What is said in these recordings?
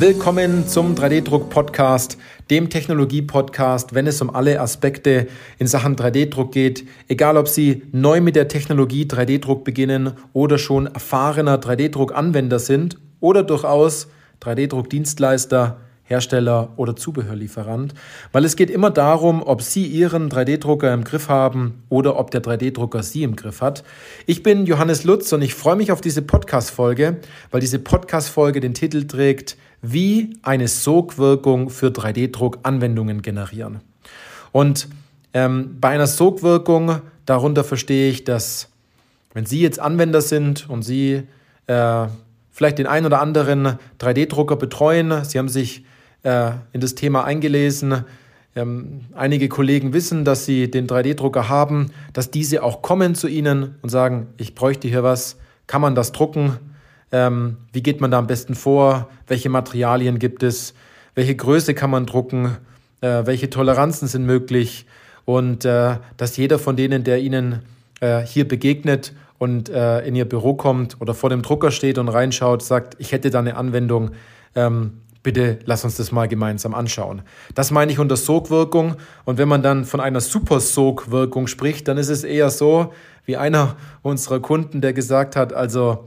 Willkommen zum 3D-Druck-Podcast, dem Technologie-Podcast, wenn es um alle Aspekte in Sachen 3D-Druck geht. Egal, ob Sie neu mit der Technologie 3D-Druck beginnen oder schon erfahrener 3D-Druck-Anwender sind oder durchaus 3D-Druck-Dienstleister, Hersteller oder Zubehörlieferant, weil es geht immer darum, ob Sie Ihren 3D-Drucker im Griff haben oder ob der 3D-Drucker Sie im Griff hat. Ich bin Johannes Lutz und ich freue mich auf diese Podcast-Folge, weil diese Podcast-Folge den Titel trägt, wie eine Sogwirkung für 3D-Druck-Anwendungen generieren. Und bei einer Sogwirkung, darunter verstehe ich, dass wenn Sie jetzt Anwender sind und Sie vielleicht den einen oder anderen 3D-Drucker betreuen, Sie haben sich in das Thema eingelesen. Einige Kollegen wissen, dass sie den 3D-Drucker haben, dass diese auch kommen zu Ihnen und sagen, ich bräuchte hier was, kann man das drucken? Wie geht man da am besten vor? Welche Materialien gibt es? Welche Größe kann man drucken? Welche Toleranzen sind möglich? Und dass jeder von denen, der Ihnen hier begegnet und in Ihr Büro kommt oder vor dem Drucker steht und reinschaut, sagt, ich hätte da eine Anwendung, bitte lass uns das mal gemeinsam anschauen. Das meine ich unter Sogwirkung. Und wenn man dann von einer Super-Sog-Wirkung spricht, dann ist es eher so, wie einer unserer Kunden, der gesagt hat, also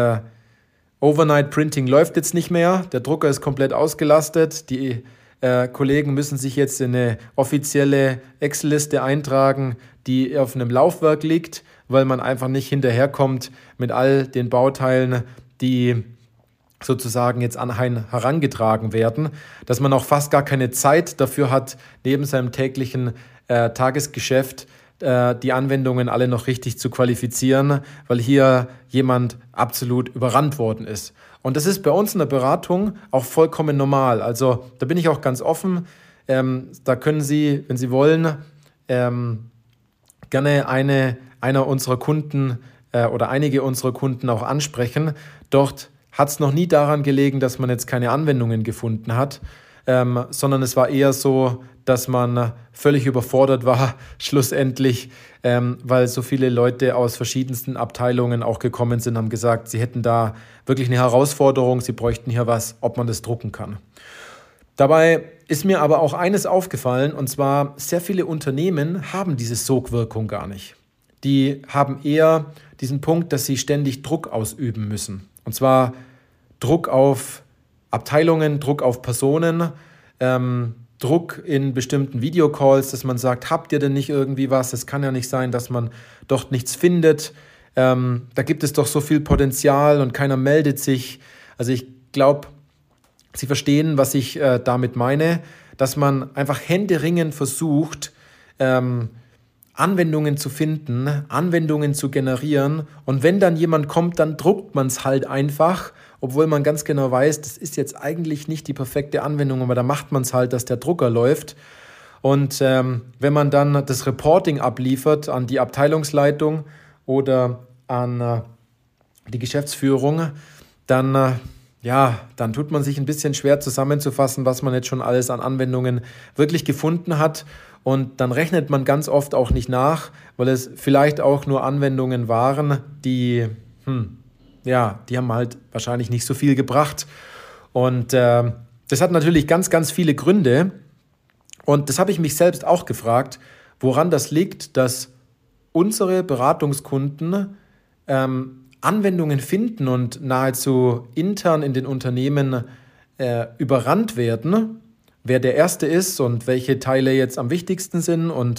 Overnight Printing läuft jetzt nicht mehr, der Drucker ist komplett ausgelastet, die Kollegen müssen sich jetzt in eine offizielle Excel-Liste eintragen, die auf einem Laufwerk liegt, weil man einfach nicht hinterherkommt mit all den Bauteilen, die sozusagen jetzt an einen herangetragen werden, dass man auch fast gar keine Zeit dafür hat, neben seinem täglichen Tagesgeschäft die Anwendungen alle noch richtig zu qualifizieren, weil hier jemand absolut überrannt worden ist. Und das ist bei uns in der Beratung auch vollkommen normal. Also da bin ich auch ganz offen. Da können Sie, wenn Sie wollen, gerne einer unserer Kunden oder einige unserer Kunden auch ansprechen. Dort hat es noch nie daran gelegen, dass man jetzt keine Anwendungen gefunden hat, sondern es war eher so, dass man völlig überfordert war, schlussendlich, weil so viele Leute aus verschiedensten Abteilungen auch gekommen sind, haben gesagt, sie hätten da wirklich eine Herausforderung, sie bräuchten hier was, ob man das drucken kann. Dabei ist mir aber auch eines aufgefallen, und zwar sehr viele Unternehmen haben diese Sogwirkung gar nicht. Die haben eher diesen Punkt, dass sie ständig Druck ausüben müssen. Und zwar Druck auf Abteilungen, Druck auf Personen, Druck in bestimmten Videocalls, dass man sagt, habt ihr denn nicht irgendwie was? Es kann ja nicht sein, dass man dort nichts findet. Da gibt es doch so viel Potenzial und keiner meldet sich. Also ich glaube, Sie verstehen, was ich damit meine, dass man einfach händeringend versucht, Anwendungen zu finden, Anwendungen zu generieren. Und wenn dann jemand kommt, dann druckt man es halt einfach, obwohl man ganz genau weiß, das ist jetzt eigentlich nicht die perfekte Anwendung, aber da macht man es halt, dass der Drucker läuft. Und wenn man dann das Reporting abliefert an die Abteilungsleitung oder an die Geschäftsführung, dann tut man sich ein bisschen schwer zusammenzufassen, was man jetzt schon alles an Anwendungen wirklich gefunden hat. Und dann rechnet man ganz oft auch nicht nach, weil es vielleicht auch nur Anwendungen waren, die haben halt wahrscheinlich nicht so viel gebracht. Und das hat natürlich ganz, ganz viele Gründe. Und das habe ich mich selbst auch gefragt, woran das liegt, dass unsere Beratungskunden Anwendungen finden und nahezu intern in den Unternehmen überrannt werden, wer der Erste ist und welche Teile jetzt am wichtigsten sind und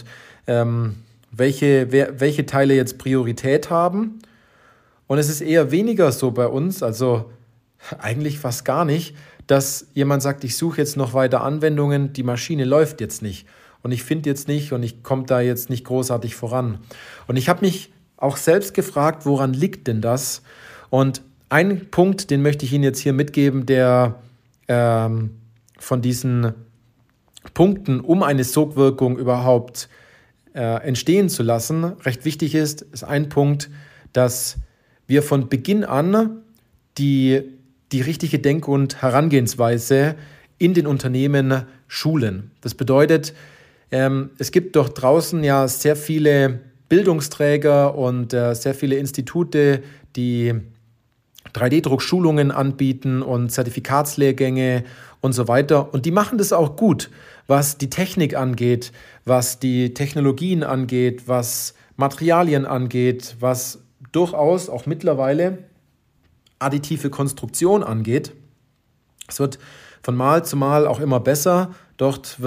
welche Teile jetzt Priorität haben. Und es ist eher weniger so bei uns, also eigentlich fast gar nicht, dass jemand sagt, ich suche jetzt noch weiter Anwendungen, die Maschine läuft jetzt nicht und ich finde jetzt nicht und ich komme da jetzt nicht großartig voran. Und ich habe mich auch selbst gefragt, woran liegt denn das? Und ein Punkt, den möchte ich Ihnen jetzt hier mitgeben, der von diesen Punkten, um eine Sogwirkung überhaupt entstehen zu lassen, recht wichtig ist ein Punkt, dass wir von Beginn an die richtige Denk- und Herangehensweise in den Unternehmen schulen. Das bedeutet, es gibt doch draußen ja sehr viele Bildungsträger und sehr viele Institute, die 3D-Druck-Schulungen anbieten und Zertifikatslehrgänge und so weiter. Und die machen das auch gut, was die Technik angeht, was die Technologien angeht, was Materialien angeht, was durchaus auch mittlerweile additive Konstruktion angeht. Es wird von Mal zu Mal auch immer besser. Dort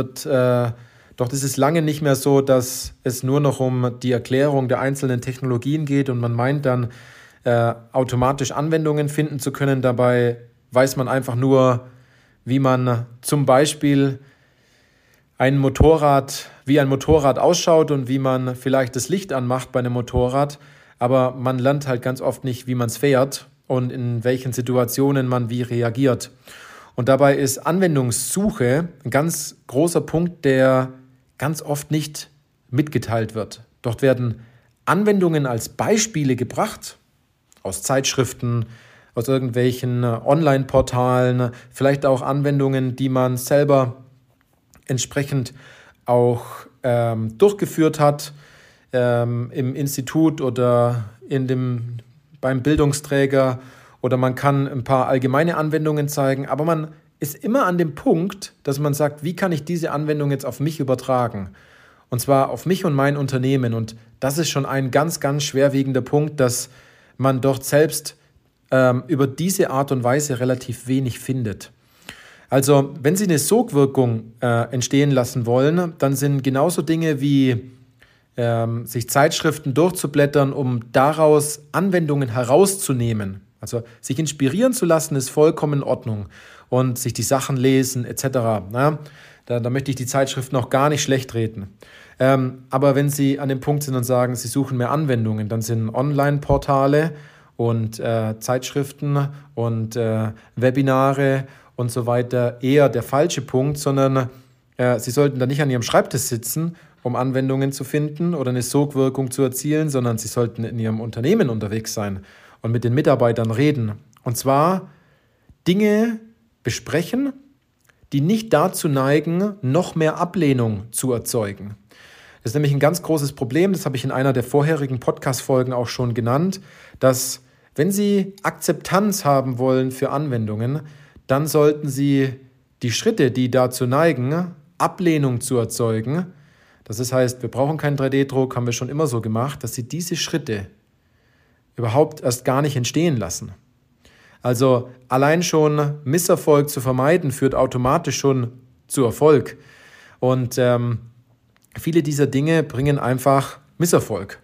ist es lange nicht mehr so, dass es nur noch um die Erklärung der einzelnen Technologien geht und man meint dann, automatisch Anwendungen finden zu können. Dabei weiß man einfach nur, wie man zum Beispiel wie ein Motorrad ausschaut und wie man vielleicht das Licht anmacht bei einem Motorrad. Aber man lernt halt ganz oft nicht, wie man es fährt und in welchen Situationen man wie reagiert. Und dabei ist Anwendungssuche ein ganz großer Punkt, der ganz oft nicht mitgeteilt wird. Dort werden Anwendungen als Beispiele gebracht, aus Zeitschriften, aus irgendwelchen Online-Portalen, vielleicht auch Anwendungen, die man selber entsprechend auch durchgeführt hat im Institut oder beim Bildungsträger, oder man kann ein paar allgemeine Anwendungen zeigen, aber man ist immer an dem Punkt, dass man sagt, wie kann ich diese Anwendung jetzt auf mich übertragen? Und zwar auf mich und mein Unternehmen. Und das ist schon ein ganz, ganz schwerwiegender Punkt, dass man dort selbst über diese Art und Weise relativ wenig findet. Also wenn Sie eine Sogwirkung entstehen lassen wollen, dann sind genauso Dinge wie sich Zeitschriften durchzublättern, um daraus Anwendungen herauszunehmen. Also sich inspirieren zu lassen, ist vollkommen in Ordnung. Und sich die Sachen lesen etc. Na, da möchte ich die Zeitschriften auch gar nicht schlecht reden. Aber wenn Sie an dem Punkt sind und sagen, Sie suchen mehr Anwendungen, dann sind Online-Portale und Zeitschriften und Webinare und so weiter eher der falsche Punkt, sondern Sie sollten da nicht an Ihrem Schreibtisch sitzen, um Anwendungen zu finden oder eine Sogwirkung zu erzielen, sondern Sie sollten in Ihrem Unternehmen unterwegs sein und mit den Mitarbeitern reden. Und zwar Dinge besprechen, die nicht dazu neigen, noch mehr Ablehnung zu erzeugen. Das ist nämlich ein ganz großes Problem, das habe ich in einer der vorherigen Podcast-Folgen auch schon genannt, dass wenn Sie Akzeptanz haben wollen für Anwendungen, dann sollten Sie die Schritte, die dazu neigen, Ablehnung zu erzeugen, das heißt, wir brauchen keinen 3D-Druck, haben wir schon immer so gemacht, dass Sie diese Schritte überhaupt erst gar nicht entstehen lassen. Also allein schon Misserfolg zu vermeiden, führt automatisch schon zu Erfolg. Und viele dieser Dinge bringen einfach Misserfolg.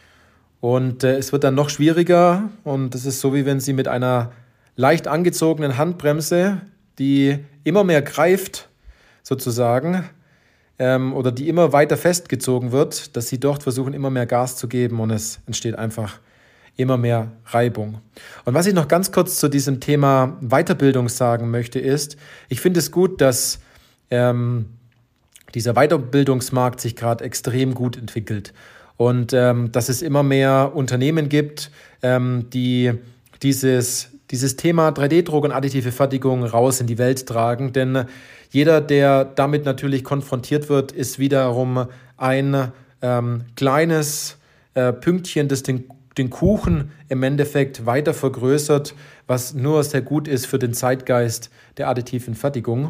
Und es wird dann noch schwieriger und das ist so, wie wenn Sie mit einer leicht angezogenen Handbremse, die immer mehr greift sozusagen, oder die immer weiter festgezogen wird, dass Sie dort versuchen, immer mehr Gas zu geben und es entsteht einfach immer mehr Reibung. Und was ich noch ganz kurz zu diesem Thema Weiterbildung sagen möchte, ist, ich finde es gut, dass dieser Weiterbildungsmarkt sich gerade extrem gut entwickelt und dass es immer mehr Unternehmen gibt, die dieses Thema 3D-Druck und additive Fertigung raus in die Welt tragen, denn jeder, der damit natürlich konfrontiert wird, ist wiederum ein kleines Pünktchen, das den Kuchen im Endeffekt weiter vergrößert, was nur sehr gut ist für den Zeitgeist der additiven Fertigung.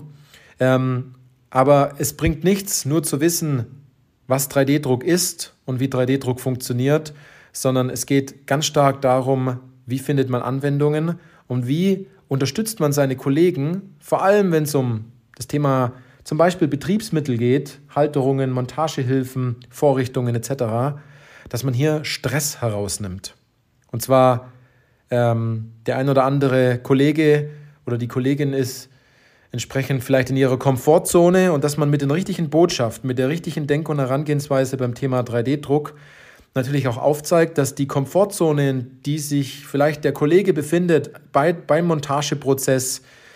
Aber es bringt nichts, nur zu wissen, was 3D-Druck ist und wie 3D-Druck funktioniert, sondern es geht ganz stark darum, wie findet man Anwendungen und wie unterstützt man seine Kollegen, vor allem wenn es um das Thema zum Beispiel Betriebsmittel geht, Halterungen, Montagehilfen, Vorrichtungen etc., dass man hier Stress herausnimmt. Und zwar der ein oder andere Kollege oder die Kollegin ist entsprechend vielleicht in ihrer Komfortzone und dass man mit den richtigen Botschaften, mit der richtigen Denk- und Herangehensweise beim Thema 3D-Druck natürlich auch aufzeigt, dass die Komfortzone, in die sich vielleicht der Kollege befindet, beim Montageprozess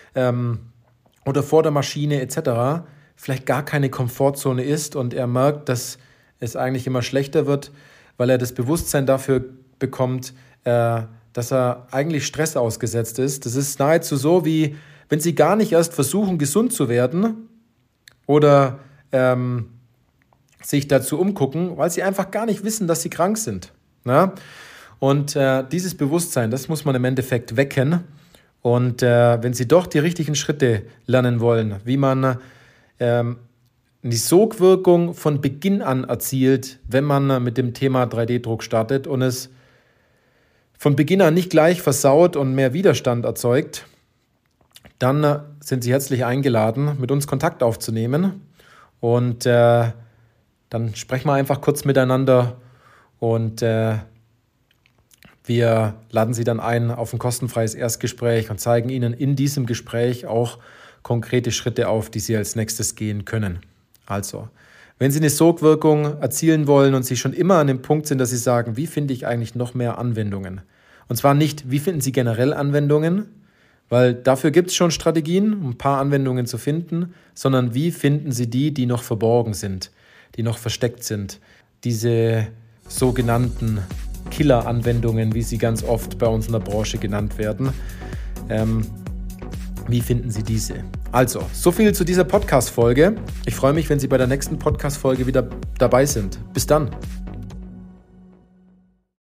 oder vor der Maschine etc., vielleicht gar keine Komfortzone ist und er merkt, dass es eigentlich immer schlechter wird, weil er das Bewusstsein dafür bekommt, dass er eigentlich Stress ausgesetzt ist. Das ist nahezu so, wie wenn Sie gar nicht erst versuchen, gesund zu werden oder sich dazu umgucken, weil Sie einfach gar nicht wissen, dass Sie krank sind. Ja? Und dieses Bewusstsein, das muss man im Endeffekt wecken. Und wenn Sie doch die richtigen Schritte lernen wollen, wie man die Sogwirkung von Beginn an erzielt, wenn man mit dem Thema 3D-Druck startet und es von Beginn an nicht gleich versaut und mehr Widerstand erzeugt, dann sind Sie herzlich eingeladen, mit uns Kontakt aufzunehmen. Und dann sprechen wir einfach kurz miteinander und wir laden Sie dann ein auf ein kostenfreies Erstgespräch und zeigen Ihnen in diesem Gespräch auch konkrete Schritte auf, die Sie als nächstes gehen können. Also, wenn Sie eine Sogwirkung erzielen wollen und Sie schon immer an dem Punkt sind, dass Sie sagen, wie finde ich eigentlich noch mehr Anwendungen? Und zwar nicht, wie finden Sie generell Anwendungen, weil dafür gibt es schon Strategien, um ein paar Anwendungen zu finden, sondern wie finden Sie die noch verborgen sind, die noch versteckt sind? Diese sogenannten Killer-Anwendungen, wie sie ganz oft bei uns in der Branche genannt werden. Wie finden Sie diese? Also, so viel zu dieser Podcast-Folge. Ich freue mich, wenn Sie bei der nächsten Podcast-Folge wieder dabei sind. Bis dann.